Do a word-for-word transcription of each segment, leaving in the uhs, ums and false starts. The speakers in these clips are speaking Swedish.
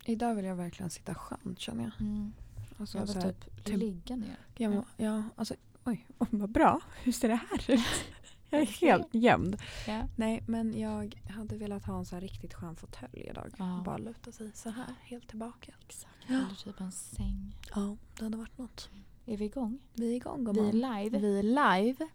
Idag vill jag verkligen sitta skönt, känner jag. Mm. Alltså, Jag vill så här, typ till- ligga ner. Ja, men- ja, alltså, oj, oh, vad bra. Hur ser det här ut? Jag är helt gömd. Ja. Nej, men jag hade velat ha en så här riktigt skön fåtölj idag. Ja. Bara luta sig så här, helt tillbaka. Exakt. Eller typ en säng. Ja, det hade varit något. Är vi igång? Vi är igång, Vi är gumman. live. Vi är live.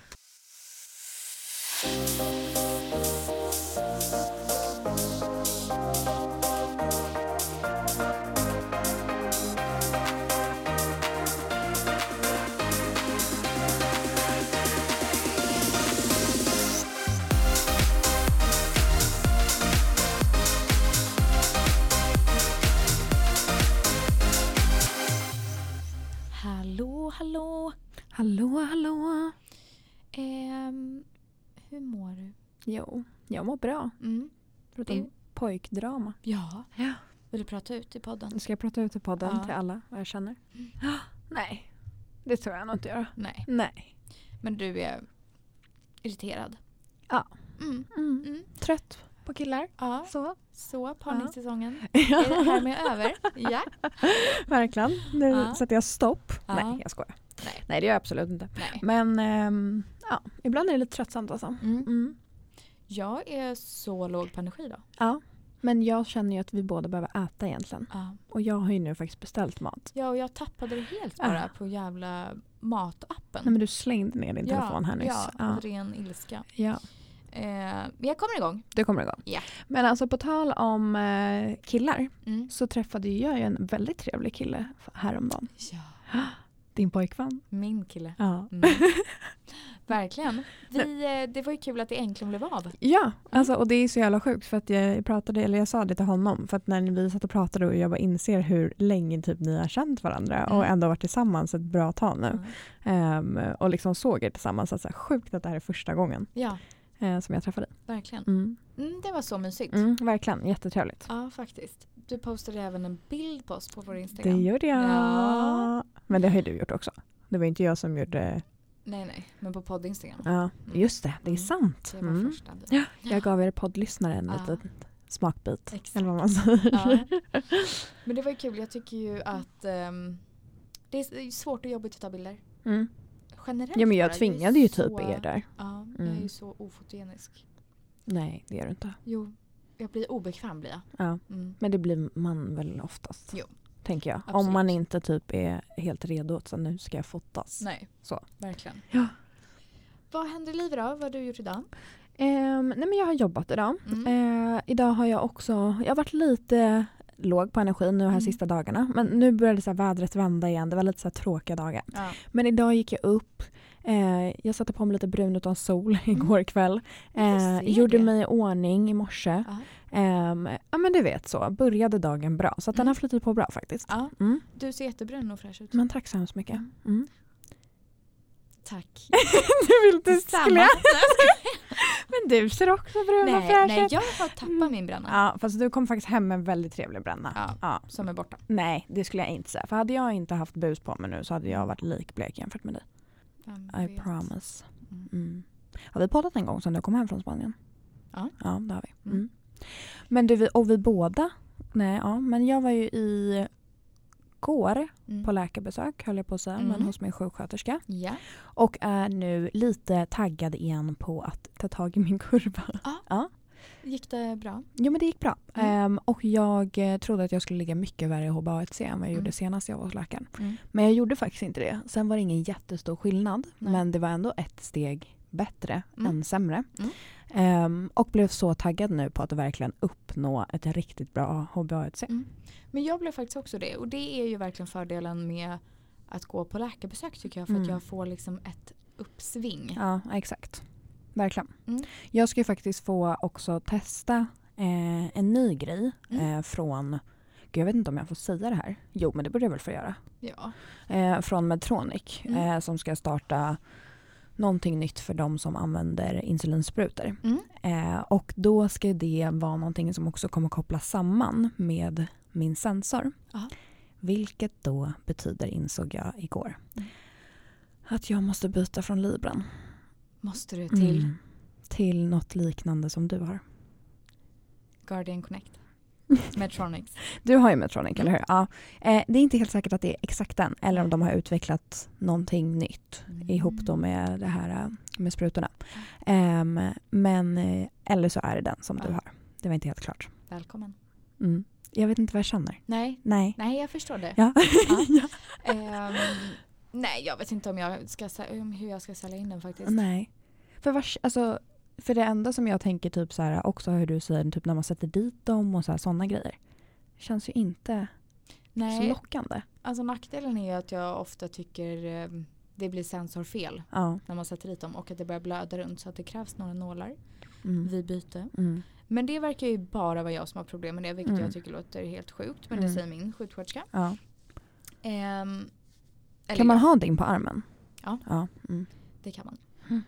Hallå, hallå. Hallå, hallå. Ehm, hur mår du? Jo, jag mår bra. Mm. Förutom Det- pojkdrama. Ja. Ja. Vill du prata ut i podden? Ska jag prata ut i podden Ja. till alla vad jag känner? Mm. Nej, det tror jag nog inte göra. Nej. Nej. Men du är irriterad? Ja. Mm. Mm. Mm. Trött på killar. Ja. Så. Så, parningssäsongen. Är det här med över? Ja. Verkligen. Nu Ja. sätter jag stopp. Ja. Nej, jag skojar. Nej. Nej, det gör jag absolut inte. Nej. Men ehm, ja, ibland är det lite tröttsamt alltså. Mm. Mm. Jag är så låg på energi då. Ja, men jag känner ju att vi båda behöver äta egentligen. Ja. Och jag har ju nu faktiskt beställt mat. Ja, och jag tappade det helt bara på jävla matappen. Nej, men du slängde ner din telefon här nyss. Ja, Ja. av ren ilska. Ja, Eh, men jag kommer igång. du kommer igång. Ja. Men alltså på tal om eh, killar Mm. så träffade ju jag ju en väldigt trevlig kille häromdagen. Ja, Din pojkvän. min kille. Ja. Mm. Verkligen. Vi, eh, det var ju kul att det äntligen blev av. Ja, alltså, och det är så jävla sjukt för att jag pratade, eller jag sa det till honom för att när vi satt och pratade och jag bara inser hur länge typ ni har känt varandra Mm. och ändå varit tillsammans ett bra tag nu. Mm. Ehm, och liksom såg er tillsammans, alltså sjukt att det här är första gången Ja, eh, som jag träffade dig. verkligen. Mm. Mm, det var så mysigt. Mm, verkligen, jättetrevligt. Ja, faktiskt. Du postade även en bild på oss på vår Det Instagram. gjorde jag. Ja. Men det har ju du gjort också. Det var inte jag som gjorde... Nej, nej. Men på podd-Instagram. Ja, just det. Det är Mm. sant. Det var Mm. första. bild. Ja, jag gav er poddlyssnare en Ja. liten smakbit. Exakt. Eller vad man säger. Ja. Men det var ju kul. Jag tycker ju att ehm, det är svårt och jobbigt att ta bilder. Mm. Generellt Ja, men jag bara. är tvingade ju så- typ er där. Ja, jag är Mm. ju så ofotogenisk. Nej, det gör du inte. Jo, jag blir obekväm blir jag. Ja. Mm. Men det blir man väl oftast. Jo. Tänker jag. Absolut. Om man inte typ är helt redo att så nu ska jag fotas. Nej, Så. verkligen. Ja. Vad händer i livet då? Vad har du gjort idag? Ehm, nej, men jag har jobbat idag. Mm. Eh, idag har jag också... Jag har varit lite låg på energi nu här Mm. sista dagarna. Men nu började så här vädret vända igen. Det var lite så här tråkiga dagar. Ja. Men idag gick jag upp. Eh, jag satte på mig lite brun utan sol Mm. igår kväll. Jag Eh, ser gjorde det. mig i ordning i morse. Ja. Ehm, ja men du vet så. Började dagen bra. Så att den Mm. har flutit på bra faktiskt. Ja, Mm. du ser jättebrun och fräsch ut. Men tack så hemskt mycket. Mm. Tack. Du vill inte Detsamma. sklä. Men du ser också brun och Nej, fräsch nej, ut. jag har tappat min bränna. Ja, fast du kom faktiskt hem med en väldigt trevlig bränna. Ja. Ja. Som är borta. Nej, det skulle jag inte säga. För hade jag inte haft bus på mig nu så hade jag varit likblek jämfört med dig. Vem I vet? promise. Mm. Mm. Har vi poddat en gång sedan du kom hem från Spanien? Ja. Ja, det har vi. Mm. Mm. Men du, vi- och vi båda, nej, ja, men jag var ju i går Mm. på läkarbesök, höll jag på att säga, Mm. men hos min sjuksköterska. Ja. Och är nu lite taggad igen på att ta tag i min kurva. Ja. Ja. Gick det bra? Jo, men det gick bra. Mm. Ehm, och jag eh, trodde att jag skulle ligga mycket värre i H B A ett C än vad jag Mm. gjorde senast jag var hos läkaren. Mm. Men jag gjorde faktiskt inte det. Sen var det ingen jättestor skillnad. Nej. Men det var ändå ett steg bättre Mm. än sämre. Mm. Ehm, och blev så taggad nu på att verkligen uppnå ett riktigt bra H B A ett C. Mm. Men jag blev faktiskt också det. Och det är ju verkligen fördelen med att gå på läkarbesök tycker jag. För Mm. att jag får liksom ett uppsving. Ja, exakt. Verkligen. Mm. Jag ska ju faktiskt få också testa eh, en ny grej Mm. eh, från... Gud, jag vet inte om jag får säga det här. Jo, men det borde jag väl få göra. Ja. Eh, från Medtronic Mm. eh, som ska starta någonting nytt för de som använder insulinsprutor. Mm. Eh, och då ska det vara någonting som också kommer kopplas samman med min sensor. Aha. Vilket då betyder, insåg jag igår, Mm. att jag måste byta från Libran. Måste du till Mm. Till något liknande som du har. Guardian Connect? Medtronics. Du har ju Medtronic, eller hur? Ja. Eh, det är inte helt säkert att det är exakt den. Eller om de har utvecklat någonting nytt Mm. ihop då med det här eh, med sprutorna. Um, men, eh, eller så är det den som Ja. du har. Det var inte helt klart. Välkommen. Mm. Jag vet inte vad jag känner. Nej, Nej. nej jag förstår det. Ja. Ja. Ehm, nej, jag vet inte om jag ska, sä- om hur jag ska sälja in den faktiskt. Nej. För, vars, alltså, för det enda som jag tänker typ så här, också hur du säger typ när man sätter dit dem och så här, sådana grejer. Känns ju inte så Nej, lockande. alltså nackdelen är ju att jag ofta tycker eh, det blir sensorfel Ja. när man sätter dit dem och att det börjar blöda runt så att det krävs några nålar Mm. vid byte. Mm. Men det verkar ju bara vara jag som har problem med det, vilket Mm. jag tycker låter helt sjukt. Men Mm. det säger min sjuksköterska. Ja. Ehm, eller Kan man ja, ha din på armen? Ja. Ja. Mm. det kan man. Mm.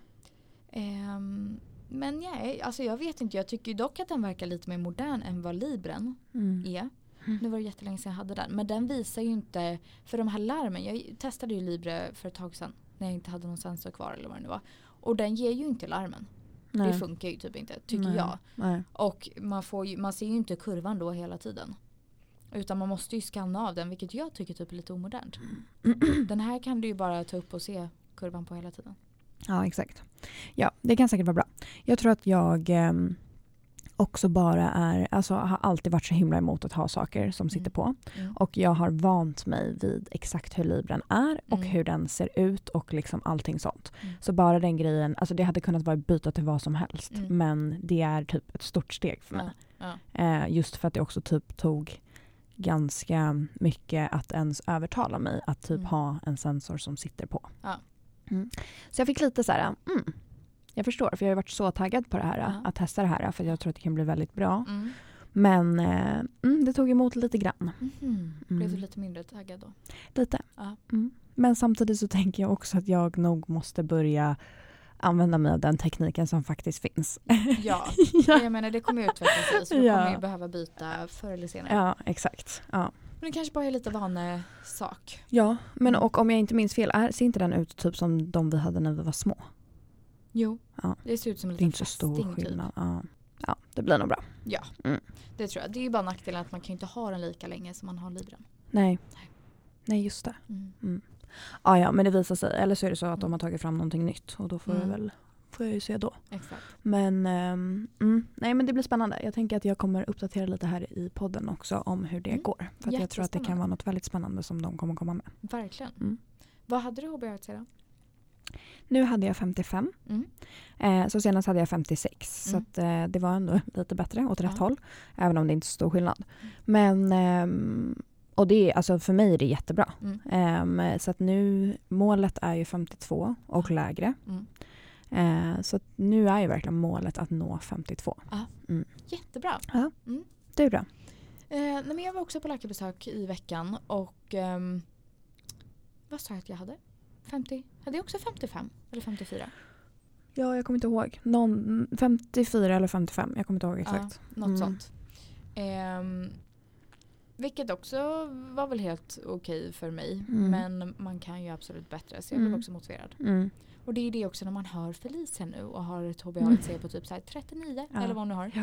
Ehm, men nej, alltså jag vet inte. Jag tycker dock att den verkar lite mer modern än vad Libren Mm. är. Mm. Nu var det jättelänge sedan jag hade den. Men den visar ju inte, för de här larmen, jag testade ju Libre för ett tag sedan när jag inte hade någon sensor kvar eller vad det nu var. Och den ger ju inte larmen. Nej. Det funkar ju typ inte, tycker Nej. jag. Nej. Och man, får ju, man ser ju inte kurvan då hela tiden. Utan man måste ju skanna av den, vilket jag tycker typ är lite omodernt. Den här kan du ju bara ta upp och se kurvan på hela tiden. Ja, exakt. Ja, det kan säkert vara bra. Jag tror att jag ehm, också bara är, alltså har alltid varit så himla emot att ha saker som sitter Mm. på. Mm. Och jag har vant mig vid exakt hur Libren är och Mm. hur den ser ut och liksom allting sånt. Mm. Så bara den grejen, alltså det hade kunnat vara byta till vad som helst. Mm. Men det är typ ett stort steg för mig. Ja. Eh, just för att det också typ tog ganska mycket att ens övertala mig att typ Mm. ha en sensor som sitter på. Ja. Mm. Så jag fick lite så här, mm, jag förstår, för jag har varit så taggad på det här, Ja. att testa det här, för jag tror att det kan bli väldigt bra. Mm. Men eh, mm, det tog emot lite grann. Mhm. Blev Mm. du lite mindre taggad då? Lite. Ja. Mm. Men samtidigt så tänker jag också att jag nog måste börja använda mig av den tekniken som faktiskt finns. Ja, ja. jag menar det kommer utvecklas så du Ja. kommer ju behöva byta förr eller senare. ja, exakt. Ja. Men det kanske bara är lite vanesak. ja, men Mm. och om jag inte minns fel, är, ser inte den ut typ som de vi hade när vi var små? Jo, Ja. det ser ut som en Det är liten inte så stor fästing typ. skillnad. Ja. ja, det blir nog bra. Ja, Mm. det tror jag. Det är ju bara nackdelen att man kan ju inte ha den lika länge som man har Libren. Nej. Nej, just det. Mm. Ja, ja, men det visar sig. Eller så är det så att de har tagit fram någonting nytt och då får, Mm. jag, väl, får jag ju se då. Exakt. Men, ehm, mm, nej, men det blir spännande. Jag tänker att jag kommer uppdatera lite här i podden också om hur det Mm. går. För att jag tror att det kan Jättespännande. vara något väldigt spännande som de kommer komma med. Verkligen. Mm. Vad hade du H B A R C då? Nu hade jag femtiofem. Mm. Eh, så senast hade jag femtiosex. Mm. Så att, eh, det var ändå lite bättre åt rätt Ja. håll. Även om det inte är så stor skillnad. Men, ehm, och det är, alltså för mig är det jättebra. Mm. Ehm, så att nu, målet är ju femtiotvå och lägre. Mm. Eh, så att nu är ju verkligen målet att nå femtiotvå. Jättebra. Du då? Eh, nej, men jag var också på läkarbesök i veckan och ehm, vad sa jag att jag hade? femtio? Hade jag också femtiofem? Eller femtiofyra? Ja, jag kommer inte ihåg. Någon, femtiofyra eller femtiofem. Jag kommer inte ihåg exakt. Ja, något Mm. sånt. Ehm, vilket också var väl helt okej för mig. Mm. Men man kan ju absolut bättre. Så jag blev Mm. också motiverad. Mm. Och det är det också när man hör Felicia nu och har ett H B A R C på typ så här trettionio Ja. eller vad hon nu har. Ja.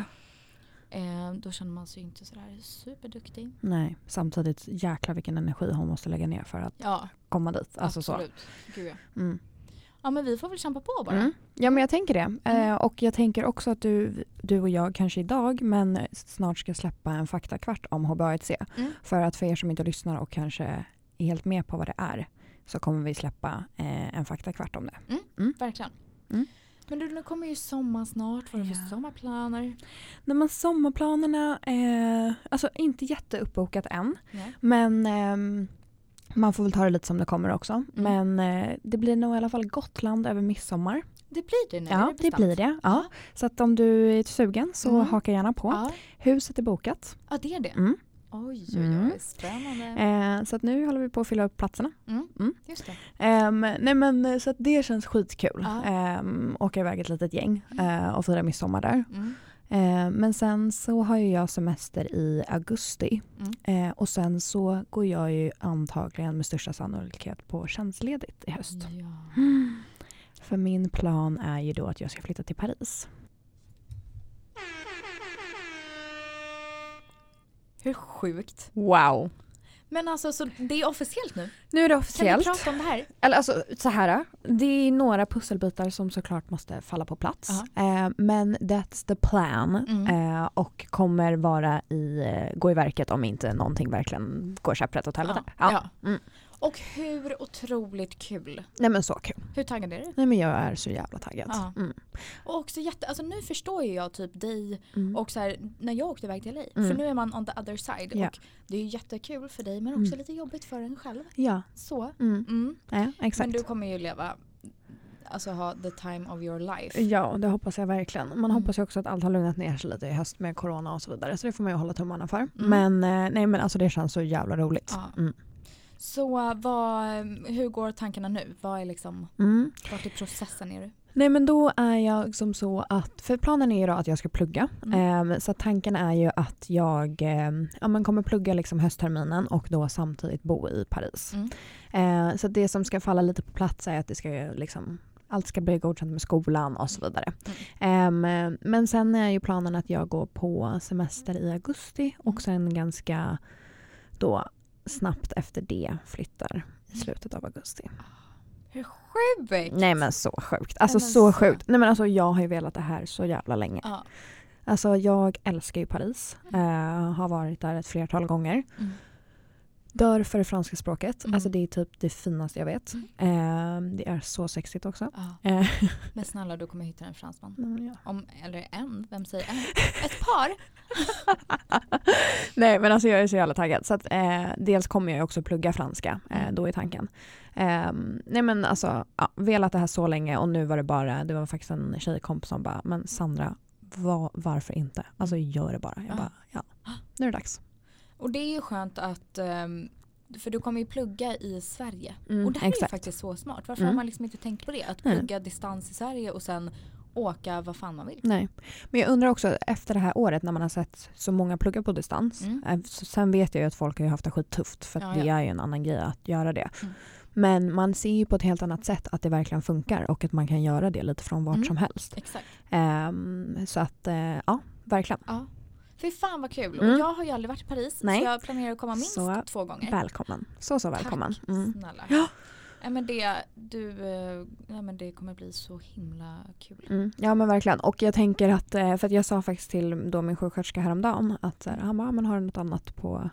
Ehm, då känner man sig inte sådär superduktig. Nej, samtidigt jäkla vilken energi hon måste lägga ner för att Ja, komma dit. Alltså absolut. Gud, ja. så. Mm. ja, men vi får väl kämpa på bara. Mm. Ja, men jag tänker det. Mm. Eh, och jag tänker också att du, du och jag kanske idag, men snart ska släppa en faktakvart om H B A R C. Mm. För att för er som inte lyssnar och kanske är helt med på vad det är, så kommer vi släppa eh, en faktakvart om det. Verkligen. Mm. Men du, nu kommer ju sommar snart. Vad har du för Ja. sommarplaner? Nej, men sommarplanerna är alltså inte jätteuppbokat än. Nej. Men ehm, man får väl ta det lite som det kommer också. Mm. Men eh, det blir nog i alla fall Gotland över midsommar. Det blir det nu. Ja, är det bestämt? blir det. Ja. Så att om du är sugen så Mm. haka gärna på. Ja. Huset är bokat. ja, det är det. Mm. Oj, oj, Mm. oj. Spännande. Eh, så att nu håller vi på att fylla upp platserna. Mm. Mm. Just det. Ehm, nej men eh, så att det känns skitkul. Ja. Ehm, åka iväg ett litet gäng eh, och fira midsommar där. Mm. Eh, men sen så har ju jag semester i augusti. Mm. Eh, och sen så går jag ju antagligen med största sannolikhet på tjänstledigt i höst. Ja. För min plan är ju då att jag ska flytta till Paris. Hur sjukt. Wow. Men alltså, så det är officiellt nu? Nu är det Kan officiellt. vi prata om det här? Eller alltså så här, det är några pusselbitar som såklart måste falla på plats. Eh, men that's the plan. Mm. Eh, och kommer vara i, eh, gå i verket om inte någonting verkligen går käpprätt åt helvete. Ja. Ja. Ja. Mm. Och hur otroligt kul. Nej men så kul. Hur taggad är du? Nej men jag är så jävla taggad. Ja. Mm. Och också jätte, alltså nu förstår ju jag typ dig Mm. och så här, när jag åkte iväg till L A. Mm. För nu är man on the other side. Ja. Och det är ju jättekul för dig men också Mm. lite jobbigt för en själv. Ja. Så. Mm. Mm. Ja, exakt. Men du kommer ju leva, alltså ha the time of your life. Ja, det hoppas jag verkligen. Man Mm. hoppas ju också att allt har lugnat ner sig lite i höst med corona och så vidare. Så det får man ju hålla tummarna för. Mm. Men eh, nej men alltså det känns så jävla roligt. Ja. Mm. Så vad, hur går tankarna nu? Vad är liksom, Mm. vart i processen är du? Nej men då är jag som så att, för planen är ju då att jag ska plugga. Mm. Eh, så tanken är ju att jag eh, ja, men kommer plugga liksom höstterminen och då samtidigt bo i Paris. Mm. Eh, så det som ska falla lite på plats är att det ska ju liksom, allt ska bli godkänt med skolan och så vidare. Mm. Eh, men sen är ju planen att jag går på semester i augusti och Mm. sen ganska då snabbt efter det flyttar i slutet av augusti. Hur sjukt! Nej men så sjukt. Alltså Nej, men så så. sjukt. Nej men alltså jag har ju velat det här så jävla länge. Ja. Alltså jag älskar ju Paris. Uh, har varit där ett flertal gånger. Mm. Dör för det franska språket. Mm. Alltså det är typ det finaste jag vet. Mm. Uh, det är så sexigt också. Ja. Uh, Men snälla, du kommer hitta en fransman. men ja. Om, eller en, vem säger en? Ett par? Nej men alltså jag är så jävla taggad. Så att, eh, dels kommer jag också plugga franska. Eh, Mm. då är tanken. Eh, nej men alltså, ja, velat det här så länge och nu var det bara, det var faktiskt en tjejkompis som bara, men Sandra, var, varför inte? Alltså gör det bara. Jag Ja. bara, ja, nu är det dags. Och det är ju skönt att, um, för du kommer ju plugga i Sverige. Mm, och det här är ju exakt. faktiskt så smart. Varför Mm. har man liksom inte tänkt på det? Att Nej. plugga distans i Sverige och sen åka vad fan man vill. Nej, men jag undrar också efter det här året när man har sett så många plugga på distans. Mm. Eh, så sen vet jag ju att folk har ju haft det skittufft för att Ja, det ja. är ju en annan grej att göra det. Mm. Men man ser ju på ett helt annat sätt att det verkligen funkar och att man kan göra det lite från vart Mm. som helst. Exakt. Um, så att, eh, ja, verkligen. Ja. Fy fan vad kul. Mm. Och jag har ju aldrig varit i Paris. Nej. Så jag planerar att komma minst Så två gånger. Välkommen. Så, så välkommen. Tack Mm. snälla. Ja. Ja, men det, du, eh, ja, men det kommer bli så himla kul. Mm. Ja men verkligen. Och jag tänker att, eh, för att jag sa faktiskt till då min sjuksköterska häromdagen att så här, han bara, men har du något annat på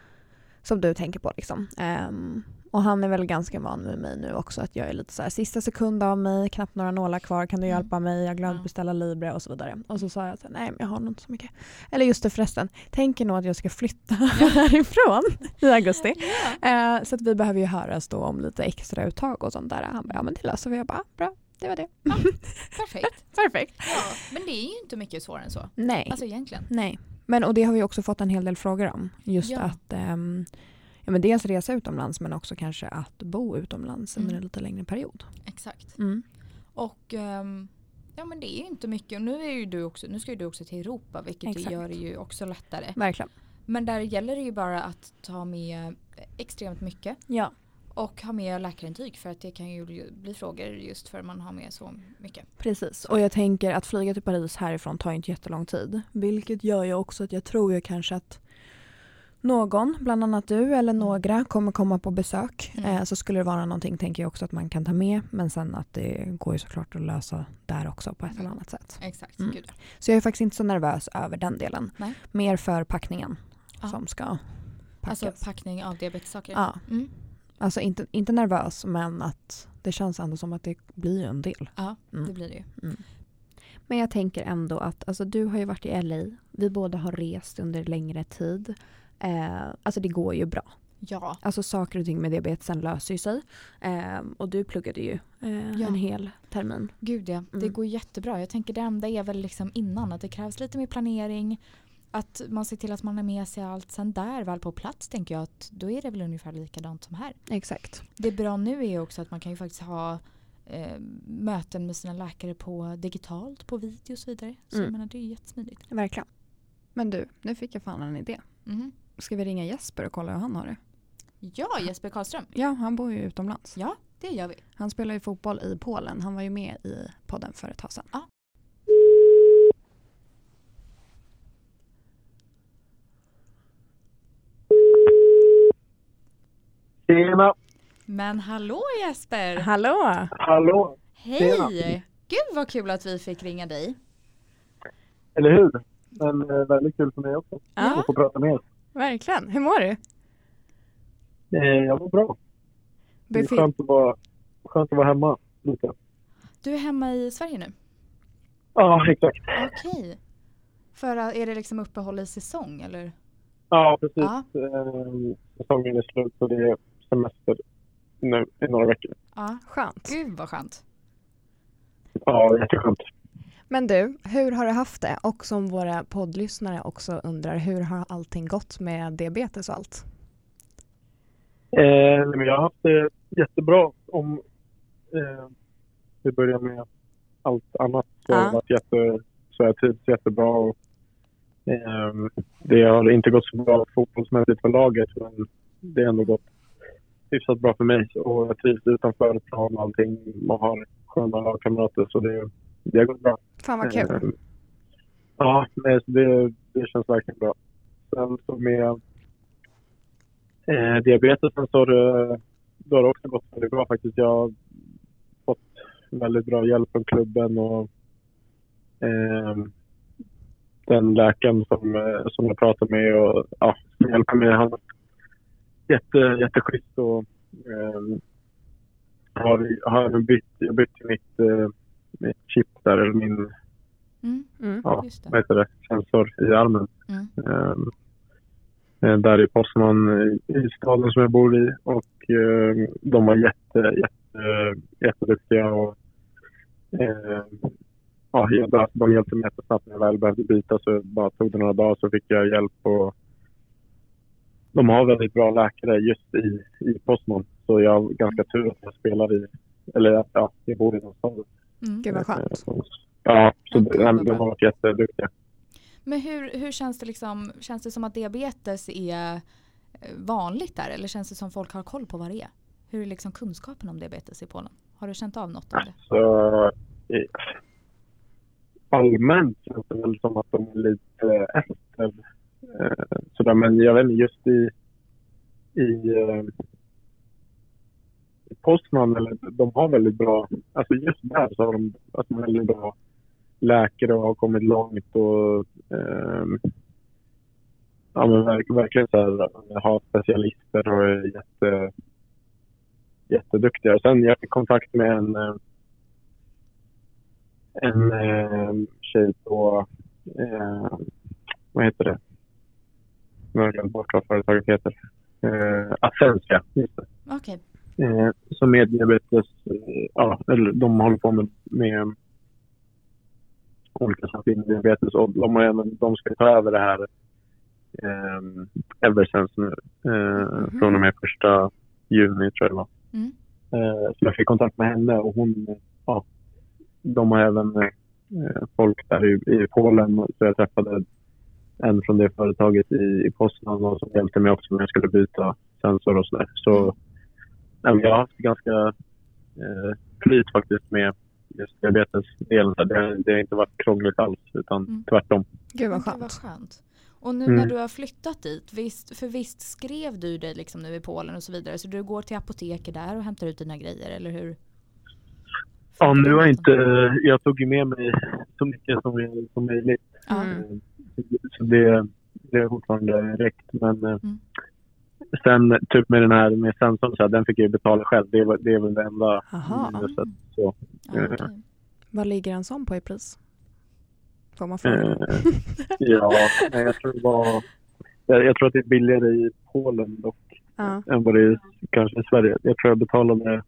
som du tänker på liksom. Um, och han är väl ganska van med mig nu också att jag är lite så här, sista sekund av mig, knappt några nålar kvar, kan du Mm. hjälpa mig? Jag glömde Ja. beställa Libre och så vidare. Och så sa jag att nej men jag har nog inte så mycket. Eller just det förresten, tänker nog att jag ska flytta härifrån i augusti. Ja. Uh, så att vi behöver ju höras då om lite extra uttag och sånt där. Han bara, ja men det löser vi. Jag bara, bra, det var det. Perfekt. Perfekt. Ja, men det är ju inte mycket svårare än så. Nej. Alltså egentligen. Nej, men och det har vi också fått en hel del frågor om. Just Ja. att um, ja, men dels resa utomlands men också kanske att bo utomlands under Mm. en lite längre period. Exakt. Mm. Och ehm, ja, men det är ju inte mycket. Och nu, är ju du också, nu ska ju du också till Europa, vilket ju Exakt. gör det ju också lättare. Verkligen. Men där gäller det ju bara att ta med extremt mycket. Ja, Och ha med läkarintyg, för att det kan ju bli- bli frågor just för man har med så mycket. precis. Och jag tänker att flyga till Paris härifrån tar inte jättelång tid. Vilket gör ju också att jag tror ju kanske att någon, bland annat du eller några, kommer komma på besök. Mm. Eh, så skulle det vara någonting tänker jag också att man kan ta med. Men sen att det går ju såklart att lösa där också på ett Mm. eller annat sätt. Exakt, Mm. gud. Så jag är faktiskt inte så nervös över den delen. Nej. Mer för packningen Ja. som ska packas. Alltså packning av diabetessaker. Ja, Mm. alltså inte, inte nervös men att det känns ändå som att det blir en del. Ja, Mm. det blir det ju. Men jag tänker ändå att alltså, du har ju varit i L A. Vi båda har rest under längre tid. Eh, alltså det går ju bra. Ja. Alltså saker och ting med diabetesen löser ju sig. Eh, och du pluggade ju eh, Ja. en hel termin. Gud ja, det Mm. går jättebra. Jag tänker det enda är väl liksom innan att det krävs lite mer planering. Att man ser till att man har med sig allt. Sen där väl på plats tänker jag att då är det väl ungefär likadant som här. Exakt. Det bra nu är också att man kan ju faktiskt ha eh, möten med sina läkare på digitalt, på video och så vidare. Så Mm. jag menar, det är jättesmidigt. Verkligen. Men du, nu fick jag fan en idé. Mhm. Ska vi ringa Jesper och kolla hur han har det? Ja, Jesper Karlström. Ja, han bor ju utomlands. Ja, det gör vi. Han spelar ju fotboll i Polen. Han var ju med i podden för ett tag sedan. Ja. Tjena! Men hallå Jesper! Hallå! Hallå! Hej! Tjena. Gud vad kul att vi fick ringa dig. Eller hur? Men eh, väldigt kul för mig också. Ja. Att få prata med er. Verkligen. Hur mår du? Eh, jag mår bra. Det är Befin- skönt att vara, skönt att vara hemma lite. Du är hemma i Sverige nu? Ja, exakt. Okej. För att- är det liksom uppehåll i säsong eller? Ja, precis. Ja. Eh, säsongen är slut så det är semester nu i några veckor. Ja. Skönt. Gud vad skönt. Ja, jätteskönt. Men du, hur har du haft det? Och som våra poddlyssnare också undrar, hur har allting gått med diabetes och allt? Eh, men jag har haft det jättebra. Om eh, vi börjar med allt annat så har Ja. det varit jätte, så jag trivs jättebra. Och, eh, det har inte gått så bra fotbollsmässigt för laget, men det har ändå gått hyfsat bra för mig. Och jag trivs utanför plan och allting. Man har sköna lagkamrater så det, det har gått bra. Fan vad kul. Eh, ja, nej, så det, det känns verkligen bra. Sen så med eh, diabetesen så har det, då har det också gått väldigt bra faktiskt. Jag har fått väldigt bra hjälp från klubben och eh, den läkaren som, eh, som jag pratar med och ja, som hjälper mig. Han är jätte, jätteschysst och eh, har, har även bytt, jag bytte mitt, eh, mitt chip där, eller min Mm. Mm. ja, Just det. vad heter det, sensor i armen. Mm. Um, där i Postman i, i staden som jag bor i och um, de var jätte, jätte, jätteduktiga och um, ja, jag, de hjälpte mig jättesnabbt när jag väl behövde byta så bara tog det några dagar så fick jag hjälp och de har väldigt bra läkare just i, i Postman så jag har ganska tur att jag spelar i, eller ja, jag bor i den staden. Mm. Gud vad skönt. Ja, så Okej, okay, vad de bra. har varit jätteduktiga. Men hur, hur känns det liksom, känns det som att diabetes är eh, vanligt där eller känns det som folk har koll på vad det är? Hur är liksom kunskapen om diabetes i Polen? Har du känt av något av det? Så, eh, allmänt känns det väl som att de är lite efter. Eh, sådär, men jag vet inte, just i, i, eh, i Postman, eller, de har väldigt bra, alltså just där så har de alltså, väldigt bra läkare och har kommit långt och eh, ja, men verk, verkligen så här, har specialister och är jätte, jätteduktiga. Sen jag fick kontakt med en eh, en eh, tjej på eh, vad heter det? Jag har glömt bort vad företaget heter. Eh, Ascensia, just det. Okej. Eh, som är diabetes, eh, ja, eller de håller på med, med olika saker inom diabetes och de, har även, de ska ta över det här eh, Eversense nu eh, Mhm. från och med första juni tror jag det var. Mm. Eh, så jag fick kontakt med henne och hon, ja, de har även eh, folk där i, i Polen så jag träffade en från det företaget i, i Postman och som hjälpte mig också när jag skulle byta sensor och sådär. Så nej, jag har haft ganska eh, flyt faktiskt med just diabetesdelen. Det, det har inte varit krångligt alls utan Mm. tvärtom. Gud vad Men gud, vad skönt. skönt. Och nu Mm. när du har flyttat dit, visst, för visst skrev du dig liksom nu i Polen och så vidare, så du går till apoteket där och hämtar ut dina grejer, eller hur? Ja, nu har jag Funkar det inte, jag tog ju med mig så mycket som, som möjligt. Ja. Mm. Eh, Så det, det är fortfarande räckt. Men eh, Mm. sen typ med den här med sensorn så här, den fick jag ju betala själv. Det, var, det är väl det enda Aha. minuset. Så, Ja, okej. Vad ligger en sån på i pris? Får man fråga? eh, ja, nej, jag tror det var, jag, jag tror att det är billigare i Polen dock Ja. än vad det är kanske i Sverige. Jag tror jag betalade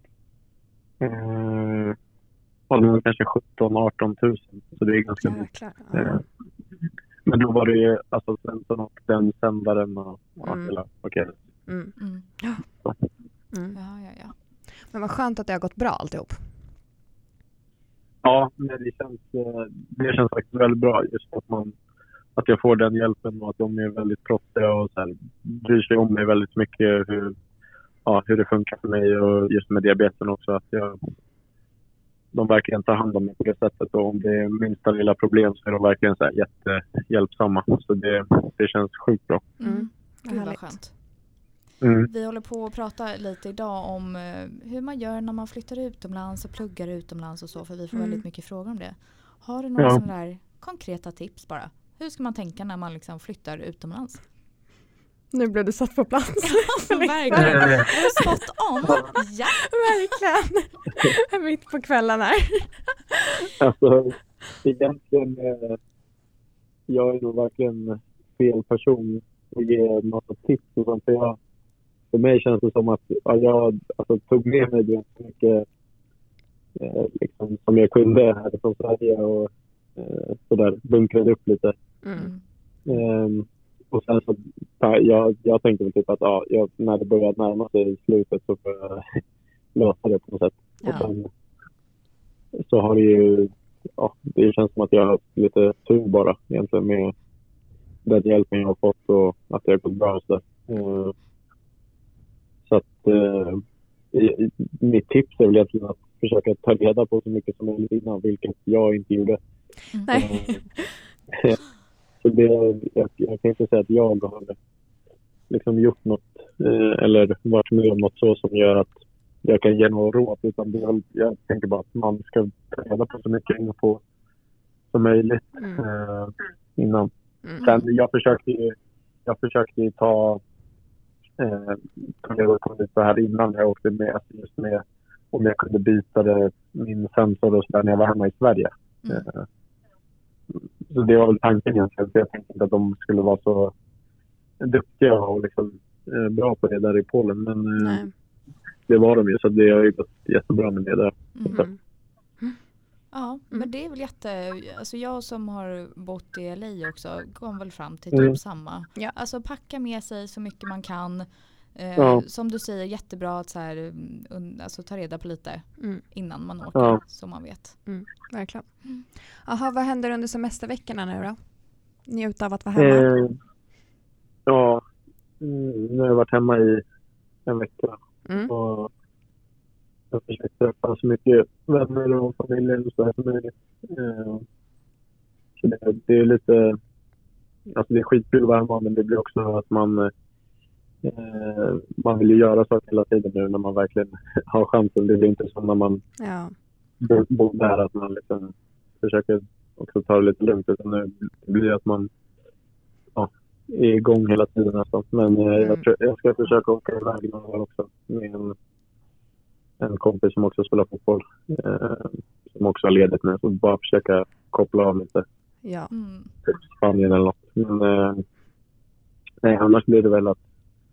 eh, ja, det var kanske sjutton arton tusen. Så det är ganska mycket. Jäklar. Eh, Ja. Men då var det ju alltså sensorn och den sändaren och ja, Mm. hela paketet. Mm. Mm. Mm. Ja, ja, ja. Men vad skönt att det har gått bra alltihop. Ja, men det känns, eh, det känns faktiskt väldigt bra just att man att jag får den hjälpen och att de är väldigt proffsiga och så här, bryr sig om mig väldigt mycket hur, ja, hur det funkar för mig och just med diabeten också att jag, de verkligen tar hand om mig på det sättet och om det är minsta lilla problem så är de verkligen så här jättehjälpsamma så det, det känns sjukt bra. Mm. Mm. Gud vad Härligt. skönt. Mm. Vi håller på att prata lite idag om eh, hur man gör när man flyttar utomlands och pluggar utomlands och så. För vi får Mm. väldigt mycket frågor om det. Har du några Ja. sådana där konkreta tips bara? Hur ska man tänka när man liksom flyttar utomlands? Nu blev du satt på plats. Verkligen. Du har spot on. Ja. Verkligen. Mitt på kvällen här. Alltså, egentligen, eh, jag är nog verkligen fel person att ge en massa tips och sånt. För, jag, för mig känns det som att ja, jag alltså, tog med mig det så mycket eh, liksom, som jag kunde här från Sverige och eh, sådär, bunkrade upp lite. Mm. Eh, och sen så, jag, jag tänkte väl typ att ja, jag, när det börjar närma sig slutet så får jag lösa det på något sätt. Ja. Och sen så har det ju, ja, det känns som att jag har haft lite tur bara egentligen med den hjälpen jag har fått och att det har gått bra. Så, uh, så att uh, i, mitt tips är väl egentligen att försöka ta reda på så mycket som möjligt innan, vilket jag inte gjorde. Mm. Nej. Uh, så det, jag, jag kan inte säga att jag har liksom gjort något uh, eller varit med om något så som gör att jag kan ge några råd, utan det, jag tänker bara att man ska ta reda på så mycket info som möjligt Mm. uh, innan. Mm. Sen jag försökte ju, jag försökte ju ta eh, ta reda på lite här innan jag åkte med, just med om jag kunde byta det, min sensor och så där när jag var hemma i Sverige. Mm. Eh, så det var väl tanken egentligen, för jag tänkte inte att de skulle vara så duktiga och liksom, eh, bra på det där i Polen, men eh, Nej. det var de ju, så det har ju gått jättebra med det där. Mm. Mm. Ja, Mm. men det är väl jätte... Alltså jag som har bott i L A också kom väl fram till typ Mm. samma. Ja. Alltså packa med sig så mycket man kan. Eh, Ja. Som du säger, jättebra att så här, un, alltså, ta reda på lite Mm. innan man åker, Ja. så man vet. Mm. Verkligen. Mm. Jaha, vad händer under semesterveckorna nu då? Njuta av att vara hemma? Eh, ja, mm, nu har jag varit hemma i en vecka. Mm. Och jag försöker träffa så mycket vänner och familjer och så här som möjligt. Eh, Så det, det är lite... Alltså det är skitkul att vara hemma, men det blir också att man... Eh, man vill ju göra saker hela tiden nu när man verkligen har chansen. Det blir inte som när man Ja. bor, bor där, att man liksom försöker också ta det lite lugnt. Utan nu blir det att man ja, är igång hela tiden nästan. Men eh, Mm. jag, tror, jag ska försöka åka iväg några år också med en, en kompis som också spelar fotboll. Eh, som också har ledigt nu. Så bara försöka koppla av lite. Ja. Mm. Typ Spanien eller något. Men eh, nej, annars blir det väl att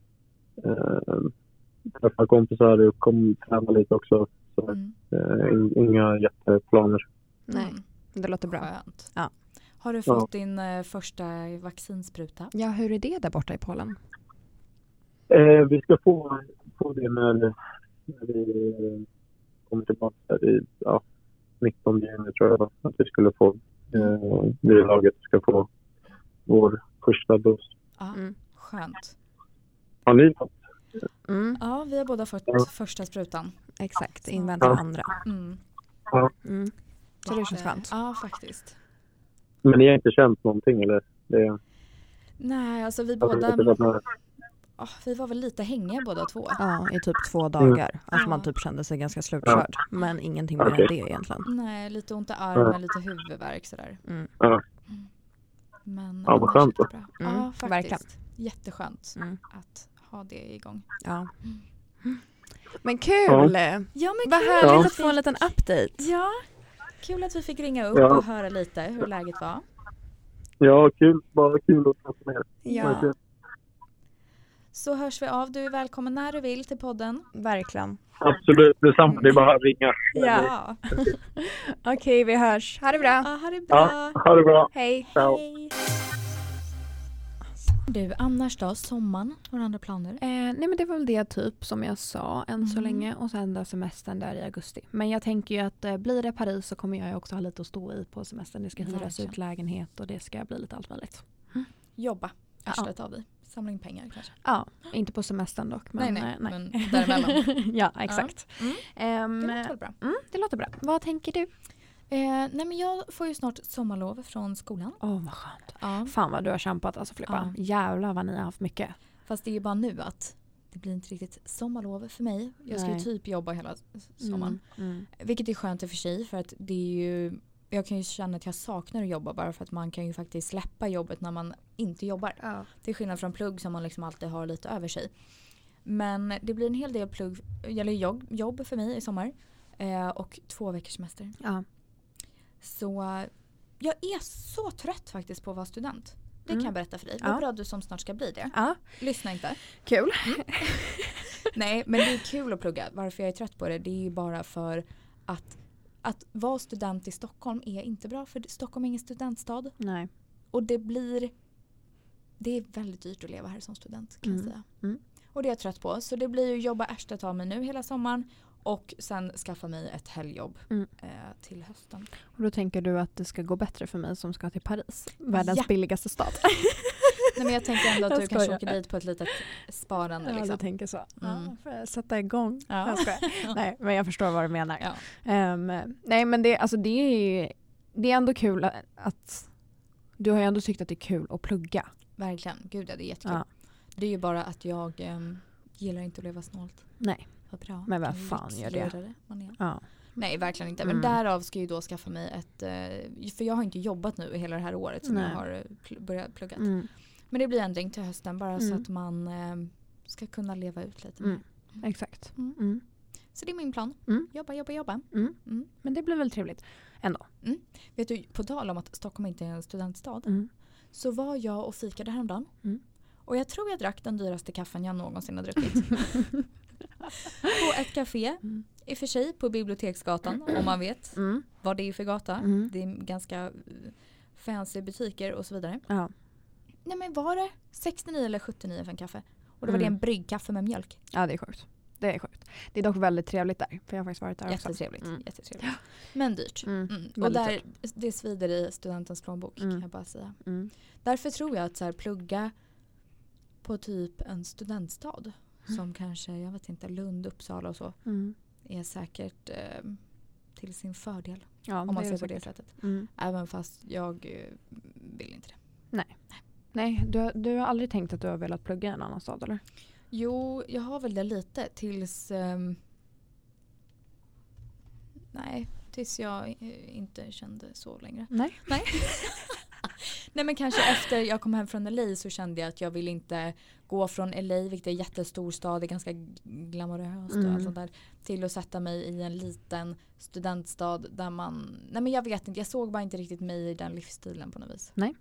eh, träffa kompisar och kom, träna lite också. Så, Mm. eh, inga jätteplaner. Nej, Mm. det låter bra. Skönt. Ja. Har du fått din eh, första vaccinspruta? Ja, hur är det där borta i Polen? Eh, vi ska få, få det när, när vi eh, kommer tillbaka där i ja, nittonde juni tror jag att vi skulle få. Eh, vi i laget ska få vår första dos. Ja, Mm. skönt. Har ni fått? Mm. Ja, vi har båda fått Ja. första sprutan. Exakt, inväntar Ja. andra. Mm. Mm. Så det känns Eh, skönt. Ja, faktiskt. Men ni har inte känt någonting eller? Det, Nej, alltså vi alltså, båda... inte att några- Ja, vi var väl lite hängiga båda två. Ja, i typ två dagar. Alltså Ja. man typ kände sig ganska slutkörd. Men ingenting mer Okej. än det egentligen. Nej, lite ont i armen, lite huvudvärk sådär. Mm. ja. Men Ja, vad annars skönt då. jättebra. Mm, Ja, faktiskt. verkligen. Jätteskönt Mm. att ha det igång. Ja. Men kul! Ja, men Vad kul härligt Ja. att få en liten update. Ja, kul att vi fick ringa upp Ja. och höra lite hur läget var. Ja, kul. Bara kul att prata med er. Ja, Verkligen. Så hörs vi av. Du är välkommen när du vill till podden. verkligen. Absolut, detsamma. Det är bara att ringa. Ja. Okej, vi hörs. Ha det bra. Ja, ha det bra. Ja, ha det bra. Hej. Ciao. Hej. Du, annars då? Sommaren? Några andra planer? Eh, nej men det var väl det typ som jag sa än så Mm. länge. Och sen då semestern där i augusti. Men jag tänker ju att eh, blir det Paris så kommer jag ju också ha lite att stå i på semestern. Det ska hyras Verkligen. ut lägenhet och det ska bli lite allt möjligt. Jobba. Ja. Arslet av dig. Samla in pengar kanske. Ja, inte på semestern dock. Men, nej, nej, eh, nej. men däremellan. ja, exakt. Mm. Ehm, Det låter väl bra. mm, det låter bra. Vad tänker du? Eh, nej men jag får ju snart sommarlov från skolan. Åh, vad skönt. Ja. Fan vad du har kämpat alltså Filippa. Ja. Jävlar vad ni har haft mycket. Fast det är ju bara nu att det blir inte riktigt sommarlov för mig. Jag ska Nej. ju typ jobba hela sommaren. Mm. Mm. Vilket är skönt i och för sig för att det är ju, jag kan ju känna att jag saknar att jobba bara för att man kan ju faktiskt släppa jobbet när man inte jobbar. Ja. Till skillnad från plugg som man liksom alltid har lite över sig. Men det blir en hel del plugg, eller jobb, jobb för mig i sommar. Eh, och två veckors semester. Ja. Så jag är så trött faktiskt på att vara student. Det Mm. kan jag berätta för dig. Ja. Vad bra du som snart ska bli det. Ja. Lyssna inte. Kul. Nej, men det är kul att plugga. Varför jag är trött på det, det är ju bara för att att vara student i Stockholm är inte bra. För Stockholm är ingen studentstad. Nej. Och det blir, det är väldigt dyrt att leva här som student kan Mm. jag säga. Mm. Och det är jag trött på. Så det blir ju jobba ärsta av mig nu hela sommaren. Och sen skaffa mig ett helgjobb Mm. eh, till hösten. Och då tänker du att det ska gå bättre för mig som ska till Paris. Världens Ja. billigaste stad. Nej, men jag tänker ändå att Jag du kanske skojar. åker dit på ett litet sparande. Ja, Liksom. du tänker så. Mm. Ja, får jag sätta igång? Ja. Jag skojar. Nej, men jag förstår vad du menar. Ja. Ehm, nej, men det, alltså det, är, det är ändå kul att du har ju ändå tyckt att det är kul att plugga. Verkligen. Gud, ja, det är jättekul. Ja. Det är ju bara att jag um, gillar inte att leva snålt. Nej. Vad bra. Men vem Vilken fan gör det? lyxlirare man är. Ja. Nej, verkligen inte. Mm. Men därav ska jag ju då skaffa mig ett... eh, för jag har inte jobbat nu hela det här året som Nej. jag har eh, pl- börjat plugga. Mm. Men det blir ändring till hösten bara så Mm. att man eh, ska kunna leva ut lite Mm. mer. Exakt. Mm. Mm. Så det är min plan. Mm. Jobba, jobba, jobba. Mm. Mm. Men det blir väl trevligt ändå. Vet du, på tal om att Stockholm inte är en studentstad. Mm. Så var jag och fikade häromdagen. Mm. Och jag tror jag drack den dyraste kaffen jag någonsin har druckit. På ett café. Mm. I och för sig på Biblioteksgatan. Om man vet Mm. vad det är för gata. Mm. Det är ganska eh, fancy butiker och så vidare. Ja. Nej, men var det sextionio eller sjuttionio för en kaffe? Och då var Mm. det en bryggkaffe med mjölk. ja, det är sjukt. Det är sjukt. Det är dock väldigt trevligt där. För jag har faktiskt varit där också. Jättetrevligt. Mm. Jättetrevligt. Men dyrt. Mm. Mm. Och Väldigt där, det svider i studentens plånbok Mm. kan jag bara säga. Mm. Därför tror jag att så här, plugga på typ en studentstad. Mm. Som kanske, jag vet inte, Lund, Uppsala och så. Mm. Är säkert eh, till sin fördel. Ja, Om man är ser det på det säkert. sättet. Mm. Även fast jag eh, vill inte det. Nej, du, du har aldrig tänkt att du har velat plugga i en annan stad, eller? Jo, jag har väl det lite tills... ehm, nej, tills jag eh, inte kände så längre. Nej. Nej. Nej, men kanske efter jag kom hem från L A så kände jag att jag vill inte gå från L A, vilket är en jättestor stad, det är ganska glamoröst och Mm. allt sånt där, till att sätta mig i en liten studentstad där man... Nej, men jag vet inte, jag såg bara inte riktigt mig i den livsstilen på något vis. Nej.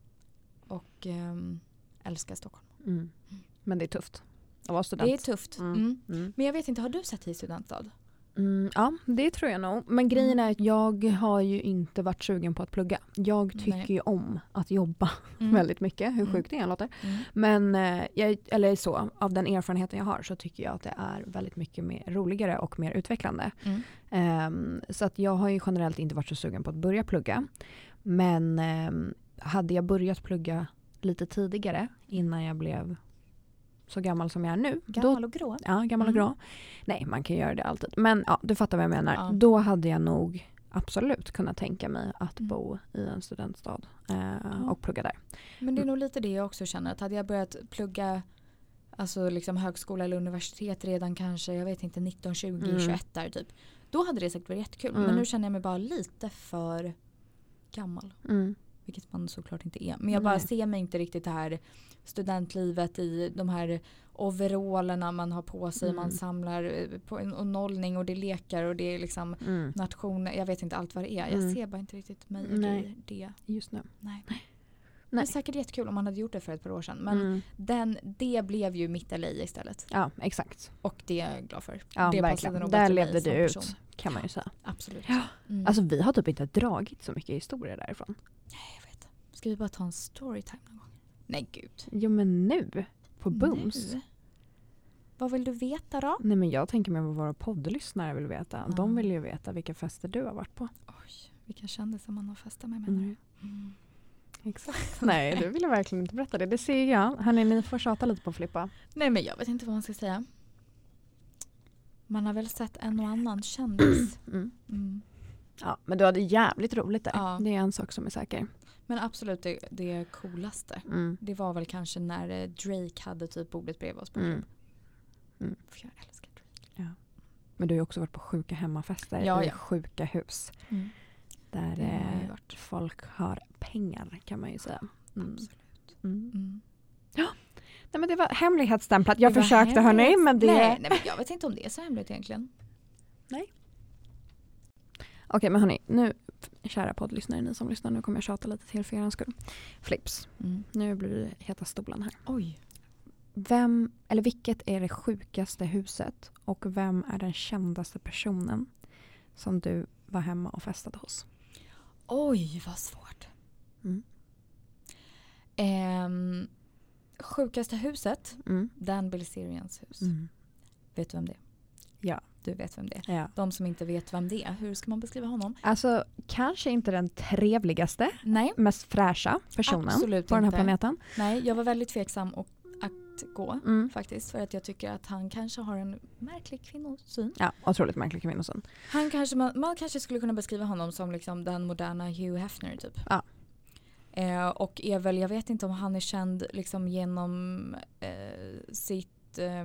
Och ehm, älskar Stockholm. Mm. Men det är tufft att vara student. Det är tufft. Mm. Mm. Mm. Men jag vet inte, har du sett dig i studentstad? Mm, ja, det tror jag nog. Men grejen Mm. är att jag har ju inte varit sugen på att plugga. Jag tycker Nej. ju om att jobba Mm. väldigt mycket, hur Mm. sjukt det än låter. Mm. Men, eh, jag, eller så, av den erfarenheten jag har så tycker jag att det är väldigt mycket mer roligare och mer utvecklande. Mm. Ehm, så att jag har ju generellt inte varit så sugen på att börja plugga. Men ehm, hade jag börjat plugga lite tidigare innan jag blev så gammal som jag är nu. Gammal Då, och grå. ja, gammal och Mm. grå. Nej, man kan göra det alltid. Men ja, du fattar vad jag menar. Ja. Då hade jag nog absolut kunnat tänka mig att Mm. bo i en studentstad eh, och plugga där. Men det är nog lite det jag också känner. Att hade jag börjat plugga alltså liksom högskola eller universitet redan kanske, jag vet inte, nitton, tjugo, Mm. tjugoett där typ. Då hade det säkert varit jättekul. Mm. Men nu känner jag mig bara lite för gammal. Mm. Vilket man såklart inte är. Men jag bara Nej. ser mig inte riktigt det här studentlivet i de här overallerna man har på sig. Mm. Man samlar eh, på en och nollning och det är lekar och det är liksom Mm. nationer. Jag vet inte allt vad det är. Jag Mm. ser bara inte riktigt mig Nej. i det. Just nu. Nej. Nej. Det är säkert jättekul om man hade gjort det för ett par år sedan. Men Mm. den, det blev ju mitt L A istället. Ja, exakt. Och det är jag glad för. Ja, det passade verkligen. nog Där bättre mig levde som du ut, person. kan man ju säga. Absolut. Ja. Mm. Alltså vi har typ inte dragit så mycket historier därifrån. jag vet. Ska vi bara ta en storytime någon gång? Nej, gud. Jo, men nu. På Booms. Nu. Vad vill du veta då? Nej, men jag tänker mig vad våra poddlyssnare vill veta. Ja. De vill ju veta vilka fester du har varit på. Oj, vilka kändisar man har festat med, menar Mm. du? Mm. Exakt. Nej, du vill verkligen inte berätta det. Det ser jag. Hörrni, ni får tjata lite på Flippa. Nej, men jag vet inte vad man ska säga. Man har väl sett en och annan kändis. Mm. Mm. Ja, men du hade jävligt roligt där. Ja. Det är en sak som är säker. Men absolut det, det coolaste. Mm. Det var väl kanske när eh, Drake hade typ bordet bredvid oss på Mm. klubb. Mm. För jag älskar Drake. Ja. Men du har ju också varit på sjuka hemmafester Ja, i ja. sjuka hus. Mm. Där Det har jag ju eh, varit. folk har pengar kan man ju säga. Mm. Absolut. Mm. Mm. Nej, men det var hemlighetsstämplat. Jag Det var försökte hörni, hemligt. men det... Nej, nej, men jag vet inte om det är så hemligt egentligen. Okej, men hörni, nu, kära poddlyssnare, ni som lyssnar, nu kommer jag tjata lite till för er skull. Flips. Mm. Nu blir det heta stolen här. Oj. Vem, eller vilket är det sjukaste huset och vem är den kändaste personen som du var hemma och festade hos? Oj, vad svårt. Mm. Ehm, sjukaste huset, Mm. Dan Bilzerians hus. Mm. Vet du vem det är? Ja. Du vet vem det är. Ja. De som inte vet vem det är, hur ska man beskriva honom? Alltså, kanske inte den trevligaste, Nej, mest fräscha personen absolut på den här inte. planeten. Nej, jag var väldigt tveksam och att gå Mm. faktiskt. För att jag tycker att han kanske har en märklig kvinnosyn. Ja, otroligt märklig kvinnosyn. Han kanske, man, man kanske skulle kunna beskriva honom som liksom den moderna Hugh Hefner typ. Ja. Eh, och är väl, jag vet inte om han är känd liksom genom eh, sitt eh,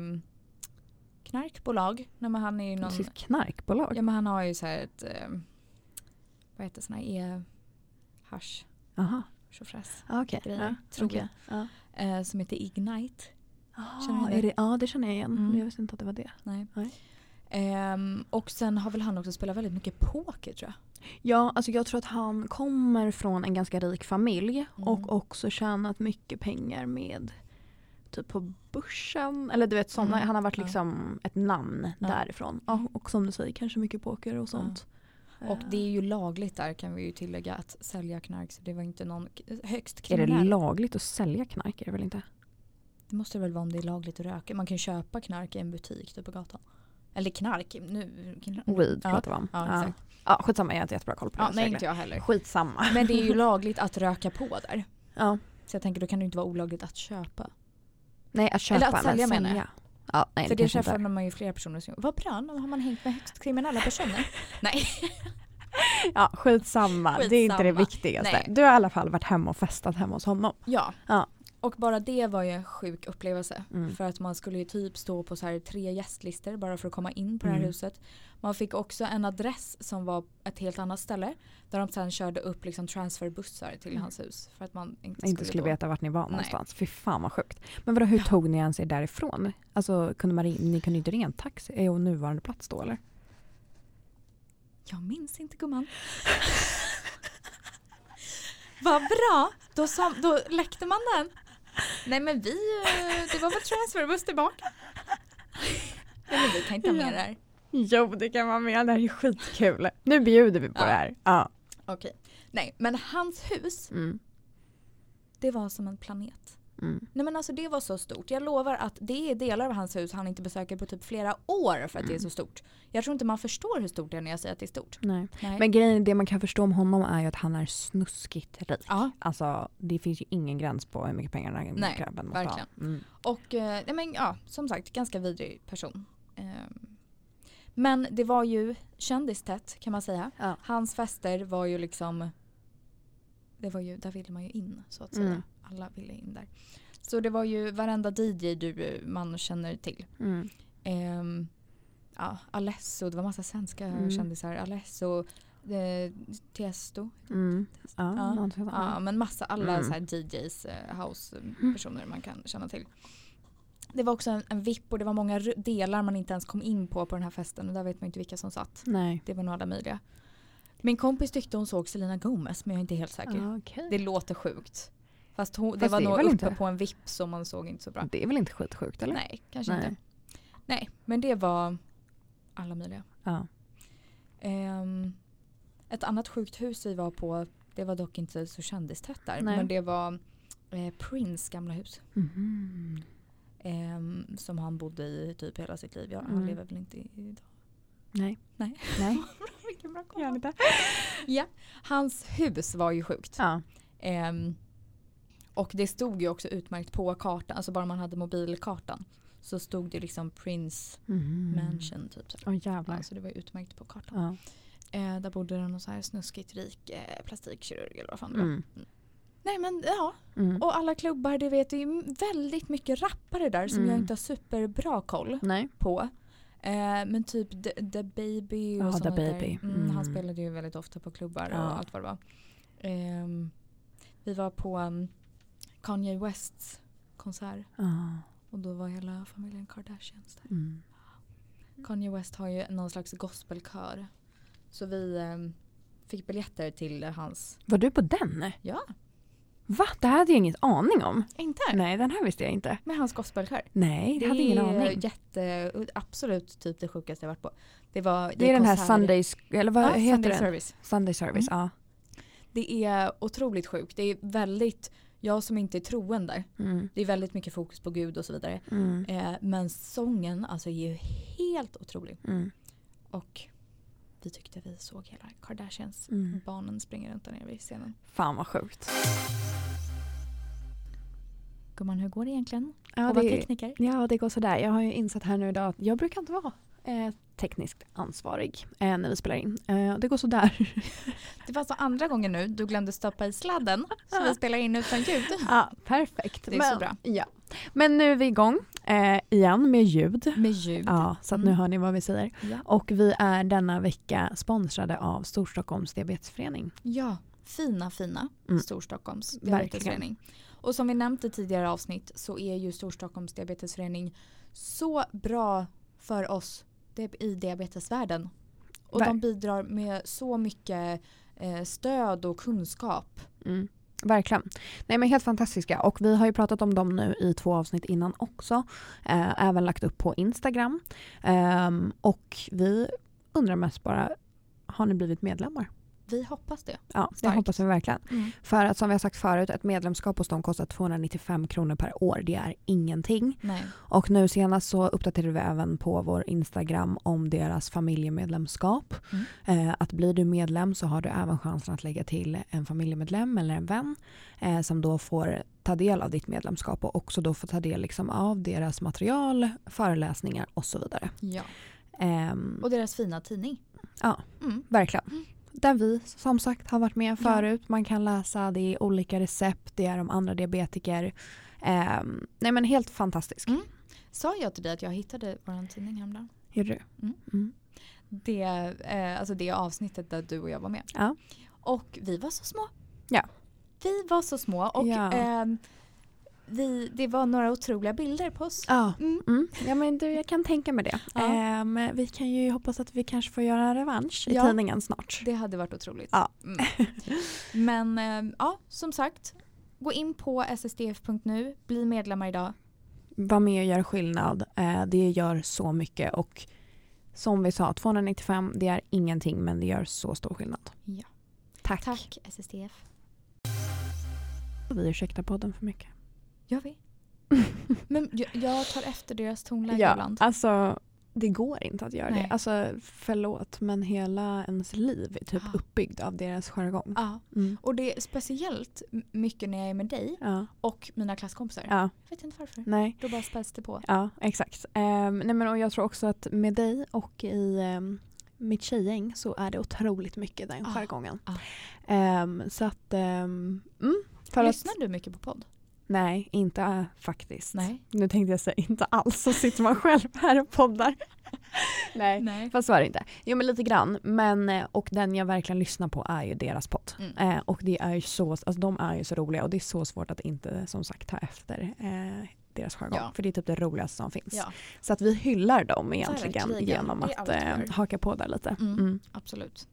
knarkbolag. Nej, men han är ju någon, Sitt knarkbolag. ja, men han har ju så här ett, eh, vad heter såna här, e-hash, Jaha. tjofräs, Ah, okej. grejer, Ja, tror okej. Ja. eh, som heter Ignite. Ah, Känner du det? är det? Ja, det känner jag igen. Mm. Men jag visste inte att det var det. Nej. Nej. Ehm, och sen har väl han också spelat väldigt mycket poker, tror jag. Ja, alltså jag tror att han kommer från en ganska rik familj Mm. och också tjänat mycket pengar med typ på börsen. Eller du vet, såna, Mm. han har varit Ja. liksom ett namn Ja. därifrån. Ja, och som du säger, kanske mycket poker och sånt. Och det är ju lagligt där, kan vi ju tillägga, att sälja knark. Så det var inte någon k- högst Är kriminell. det lagligt att sälja knark? Är det väl inte? Det måste det väl vara om det är lagligt att röka. Man kan ju köpa knark i en butik typ på gatan. Eller knark. Nu, knark. Weed Ja. pratar vi om. Ja, Ja, exakt. ja, skitsamma, jag har inte jättebra koll på Ja, deras nej, regler. inte jag heller. Skitsamma. Men det är ju lagligt att röka på där. Ja. Så jag tänker, då kan det inte vara olagligt att köpa. Nej, att köpa Eller att sälja, men menar jag. sälja. Ja, nej, För det det kanske inte är. träffar man ju flera personer som, vad bra, nu har man hängt med högst kriminella personer. Nej. Ja, skitsamma. Det är inte det Skitsamma. viktigaste. Nej. Du har i alla fall varit hemma och festat hemma hos honom. Ja. Ja. Och bara det var ju en sjuk upplevelse. Mm. För att man skulle ju typ stå på så här tre gästlistor bara för att komma in på det här Mm. huset. Man fick också en adress som var ett helt annat ställe. Där de sen körde upp liksom transferbussar till hans hus. För att man inte, Inte skulle, skulle veta vart ni var Nej. någonstans. Fy fan vad sjukt. Men vadå, hur Ja. tog ni ens er därifrån? Alltså, kunde man, ni kunde inte ringa en taxi? Är hon nuvarande plats då eller? Jag minns inte, gumman. Vad bra! Då, som, då läckte man den. Nej, men vi, eh, det var väl transferbuss tillbaka. Nej, men vi kan inte ha med det här. Jo, det kan man med. Det här är skitkul. Nu bjuder vi på Ja. det här. Ja. Okej. Nej, men hans hus, Mm. det var som en planet. Mm. Nej, men alltså det var så stort. Jag lovar att det är delar av hans hus han inte besöker på typ flera år för att det är så stort. Jag tror inte man förstår hur stort det är när jag säger att det är stort. Nej. Nej. Men grejen, det man kan förstå om honom är ju att han är snuskigt rik. Ja. Alltså, det finns ju ingen gräns på hur mycket pengar den här Nej, grabben måste verkligen. ha. Mm. Och eh, nej, men, ja, som sagt, ganska vidrig person. Ehm, men det var ju kändistätt kan man säga. Ja. Hans fester var ju liksom, det var ju, där ville man ju in så att säga. Mm. Alla ville in där. Så det var ju varenda D J du, man känner till. Mm. Ehm, ja, Alesso, det var massa svenska Mm. kändisar. Alesso, eh, Tiesto. Mm. Ja, Ja. någonting sånt. Ja, men massa alla Mm. så här D Js, eh, house-personer man kan känna till. Det var också en, en V I P och det var många r- delar man inte ens kom in på på den här festen. Och där vet man inte vilka som satt. Nej. Det var nog alla möjliga. Min kompis tyckte hon såg Selena Gomez, men jag är inte helt säker. Ja, okej. Det låter sjukt. Fast, hon, det Fast var det är nog väl uppe inte- på en V I P som man såg inte så bra. Det är väl inte skitsjukt eller? Nej, kanske Nej. inte. Nej, men det var alla möjliga. Ja. Ehm, ett annat sjukt hus vi var på, det var dock inte så kändistätt där. Nej. Men det var eh, Prince gamla hus. Mhm. Ehm, som han bodde i typ hela sitt liv. Ja, Han Mm. lever väl inte i- idag. Nej. Nej. Nej. Vilken bra Gör han inte? Ja, hans hus var ju sjukt. Ja. Ehm, och det stod ju också utmärkt på kartan. Alltså bara man hade mobilkartan. Så stod det liksom Prince Mhm. Mansion typ. Så. Åh jävlar. Ja, så det var ju utmärkt på kartan. Ja. Eh, där bodde det någon så här snuskigt rik eh, plastikkirurg eller vad fan det var. Mm. Nej men ja, Mm. och alla klubbar, det vet, det är väldigt mycket rappare där som Mm. jag inte har superbra koll Nej. på. Eh, men typ The, The Baby och Ja, sånt The där. Baby. Mm, Mm. Han spelade ju väldigt ofta på klubbar Ja. och allt vad det var. Eh, vi var på um, Kanye Wests konsert Ja. och då var hela familjen Kardashians där. Mm. Kanye West har ju någon slags gospelkör. Så vi eh, fick biljetter till hans... Var du på den? Ja, Va? Det här hade jag ingen aning om. inte? Nej, den här visste jag inte. Med hans gospelkör. Nej, det Det hade ingen är aning. jätte, absolut typ det sjukaste jag varit på. Det, var, Det är den här konsert- Sundays, eller vad ja, heter Sunday den? Service. Sunday Service, Mm. ja. Det är otroligt sjukt. Det är väldigt, jag som inte är troende, Mm. det är väldigt mycket fokus på Gud och så vidare. Mm. Eh, men sången alltså är ju helt otrolig. Mm. Och vi tyckte vi såg hela Kardashians. Mm. Barnen springer runt där nere vid scenen. Fan vad sjukt. Gumman, hur går det egentligen? Ja, och vara det, tekniker? ja, det går sådär. Jag har ju insett här nu idag att jag brukar inte vara eh, tekniskt ansvarig eh, när vi spelar in. Eh, det går sådär. Det var alltså andra gången nu du glömde stoppa i sladden. Så vi spelar in utan ljud. Ja, perfekt. Det är Men, så bra. Ja. Men nu är vi igång eh, igen med ljud. Med ljud. Ja, så att nu Mm. hör ni vad vi säger. Ja. Och vi är denna vecka sponsrade av Storstockholms diabetesförening. Ja, fina fina Mm. Storstockholms Verkligen. diabetesförening. Och som vi nämnt i tidigare avsnitt så är ju Storstockholms diabetesförening så bra för oss i diabetesvärlden. Och Ver- de bidrar med så mycket eh, stöd och kunskap. Mm. Verkligen. Nej, men helt fantastiska. Och vi har ju pratat om dem nu i två avsnitt innan också. Eh, även lagt upp på Instagram. Ehm, och vi undrar mest bara, har ni blivit medlemmar? Vi hoppas det. Ja, det Starkt. hoppas vi verkligen. Mm. För att som vi har sagt förut, ett medlemskap hos dem kostar tvåhundranittiofem kronor per år. Det är ingenting. Nej. Och nu senast så uppdaterade vi även på vår Instagram om deras familjemedlemskap. Mm. Eh, att blir du medlem så har du även chansen att lägga till en familjemedlem eller en vän eh, som då får ta del av ditt medlemskap och också då får ta del liksom av deras material, föreläsningar och så vidare. Ja. Ehm, Och deras fina tidning. ja, Mm. verkligen. Mm. Där vi som sagt har varit med Ja. förut. Man kan läsa, det är olika recept, det är om andra diabetiker. Ehm, nej men helt fantastisk. Mm. Sa jag till dig att jag hittade vår tidning häromdagen? Gör du? Mm. Mm. Det, eh, alltså det avsnittet där du och jag var med. Ja. Och vi var så små. Ja. Vi var så små och Ja. ehm, vi, det var några otroliga bilder på oss. Ja. Mm. Mm. Ja men du, jag kan tänka mig det. Ja. Ehm, vi kan ju hoppas att vi kanske får göra en revansch i Ja. tidningen snart. Det hade varit otroligt. Ja. Mm. Men ehm, ja, som sagt. Gå in på s s d f punkt n u. Bli medlemmar idag. Var med och gör skillnad. Eh, det gör så mycket och som vi sa, tvåhundranittiofem det är ingenting men det gör så stor skillnad. Ja. Tack. Tack S S D F. Vi ursäktar podden för mycket. Gör vi? Men jag, jag tar efter deras tonläge Ja, ibland. alltså det går inte att göra Nej. det. Alltså förlåt men hela ens liv är typ Ja. uppbyggd av deras jargong. Ja. Mm. Och det är speciellt m- mycket när jag är med dig Ja. och mina klasskompisar. Ja. Jag vet inte varför. Nej. Då bara späs det på. Ja, exakt. Um, nej men och jag tror också att med dig och i um, mitt tjejgäng så är det otroligt mycket den Ah, jargongen. ah. Ehm, så att um, mm, för Lyssnar att, du mycket på podd? nej, inte äh, faktiskt. Nej. Nu tänkte jag säga inte alls, så sitter man själv här och poddar. nej. Nej. Fast så är det inte. Jo men lite grann. Men, eh, och den jag verkligen lyssnar på är ju deras podd. Mm. Eh, och det är ju så, alltså de är ju så roliga och det är så svårt att inte som sagt ta efter eh, deras jargong. Ja. För det är typ det roligaste som finns. Ja, Så att vi hyllar dem egentligen Verkligen. genom Det är att allt vi eh, gör. haka på där lite. Mm. Mm. absolut.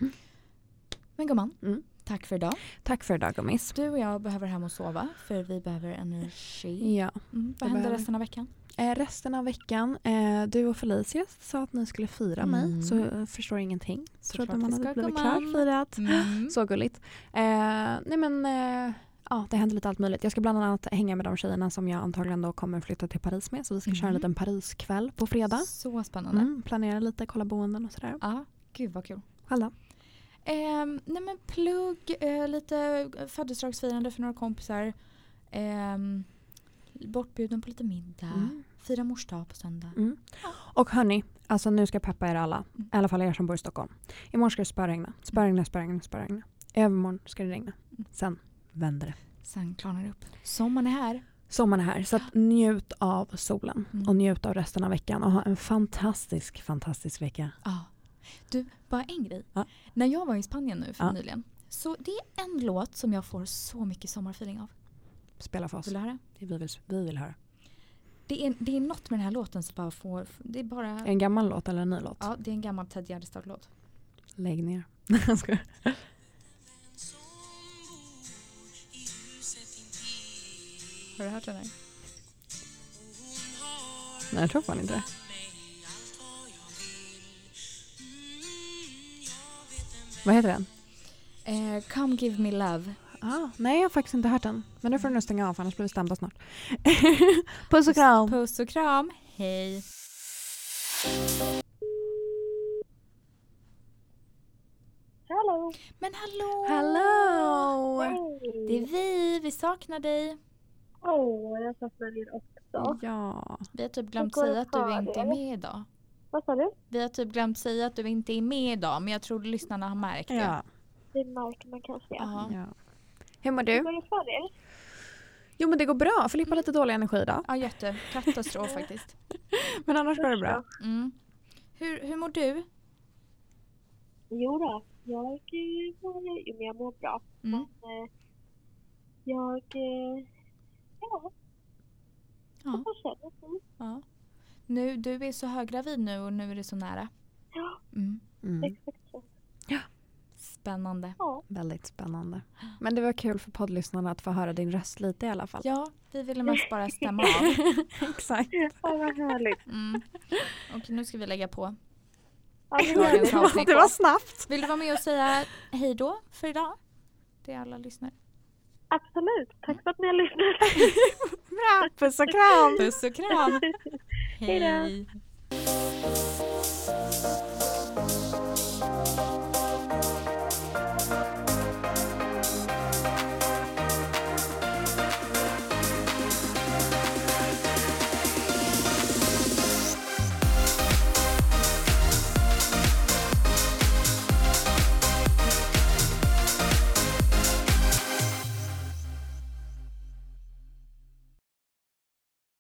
Men gumman, Mm. tack för idag. Tack för idag gummis. Du och jag behöver hem och sova för vi behöver energi. Ja. Mm. Det Vad händer behöver- resten av veckan? Eh, resten av veckan, eh, du och Felicia sa att ni skulle fira Mm. mig så jag förstår ingenting. Såklart Trodde man vi hade ska, blivit gumman. klart firat. Mm. Så gulligt. Eh, nej men eh, ja, det händer lite allt möjligt. Jag ska bland annat hänga med de tjejerna som jag antagligen då kommer flytta till Paris med. Så vi ska köra en Mhm. liten Pariskväll på fredag. Så spännande. Mm, planera lite, kolla boenden och sådär. Ja, gud vad kul. Alla. Ehm, nej men plugg, eh, lite födelsedagsfirande för några kompisar. Ehm, bortbjuden på lite middag. Mm. Fira mors dag på söndag. Mm. Och hörni, alltså nu ska jag peppa er alla. Mm. I alla fall er som bor i Stockholm. Imorgon ska det spöregna. Spöregna, spöregna, spöregna. I övermorgon ska det regna. Mm. Sen vänder det. Sen klarnar det upp. Sommaren är här. Sommaren är här. Så att njut av solen. Mm. Och njut av resten av veckan. Och ha en fantastisk, fantastisk vecka. Ja. Du, bara en grej. Ja. När jag var i Spanien nu för Ja. nyligen. Så det är en låt som jag får så mycket sommarfeeling av. Spela för oss. Vill du höra? Vi vill, vi vill höra. Det är, det är något med den här låten som bara får... Det är bara... En gammal låt eller en ny låt? Ja, det är en gammal Ted Gärdestad-låt. Lägg ner. Jag skojar. Har du hört den här? Nej, jag tror fan inte det. Vad heter den? Eh, Come Give Me Love. Ah, nej, jag har faktiskt inte hört den. Men nu får du nog stänga av, för annars blir vi stämda snart. Puss och kram! Puss och kram. Hej. Hallå! Men hallå! Hallå! Hej! Det är vi. Vi saknar dig. Åh, oh, jag saknar er också. Ja. Vi har typ glömt Hur går säga det att du för inte är er? med idag. Vad sa du? Vi har typ glömt säga att du inte är med idag. Men jag tror lyssnarna har märkt det. Ja. Det märker man kanske. Ja. ja. Hur mår Hur du? går det för er? Jo, men det går bra. Filippa har lite dålig energi idag. Ja, jätte. Katastrof faktiskt. Men annars går det bra. Mm. Hur, hur mår du? Jo då, jag eh, mår, jo, men jag mår bra. Mm. Men eh, jag... Eh, ja, Ja. jag känner så. Ja. Nu, du är så höggravid nu och nu är det så nära. Ja, Mm. Mm. exakt så. Spännande. Ja, Väldigt spännande. Men det var kul för poddlyssnarna att få höra din röst lite i alla fall. Ja, vi ville mest bara stämma av. Exakt. ja vad härligt. Mm. Och nu ska vi lägga på. Ja, det Dagens var avsnitt. Det var snabbt. Vill du vara med och säga hej då för idag? Till alla lyssnare. absolut. Tack för att ni har lyssnat. Bra. Puss och kram. Puss och kram. Hej då. Hej.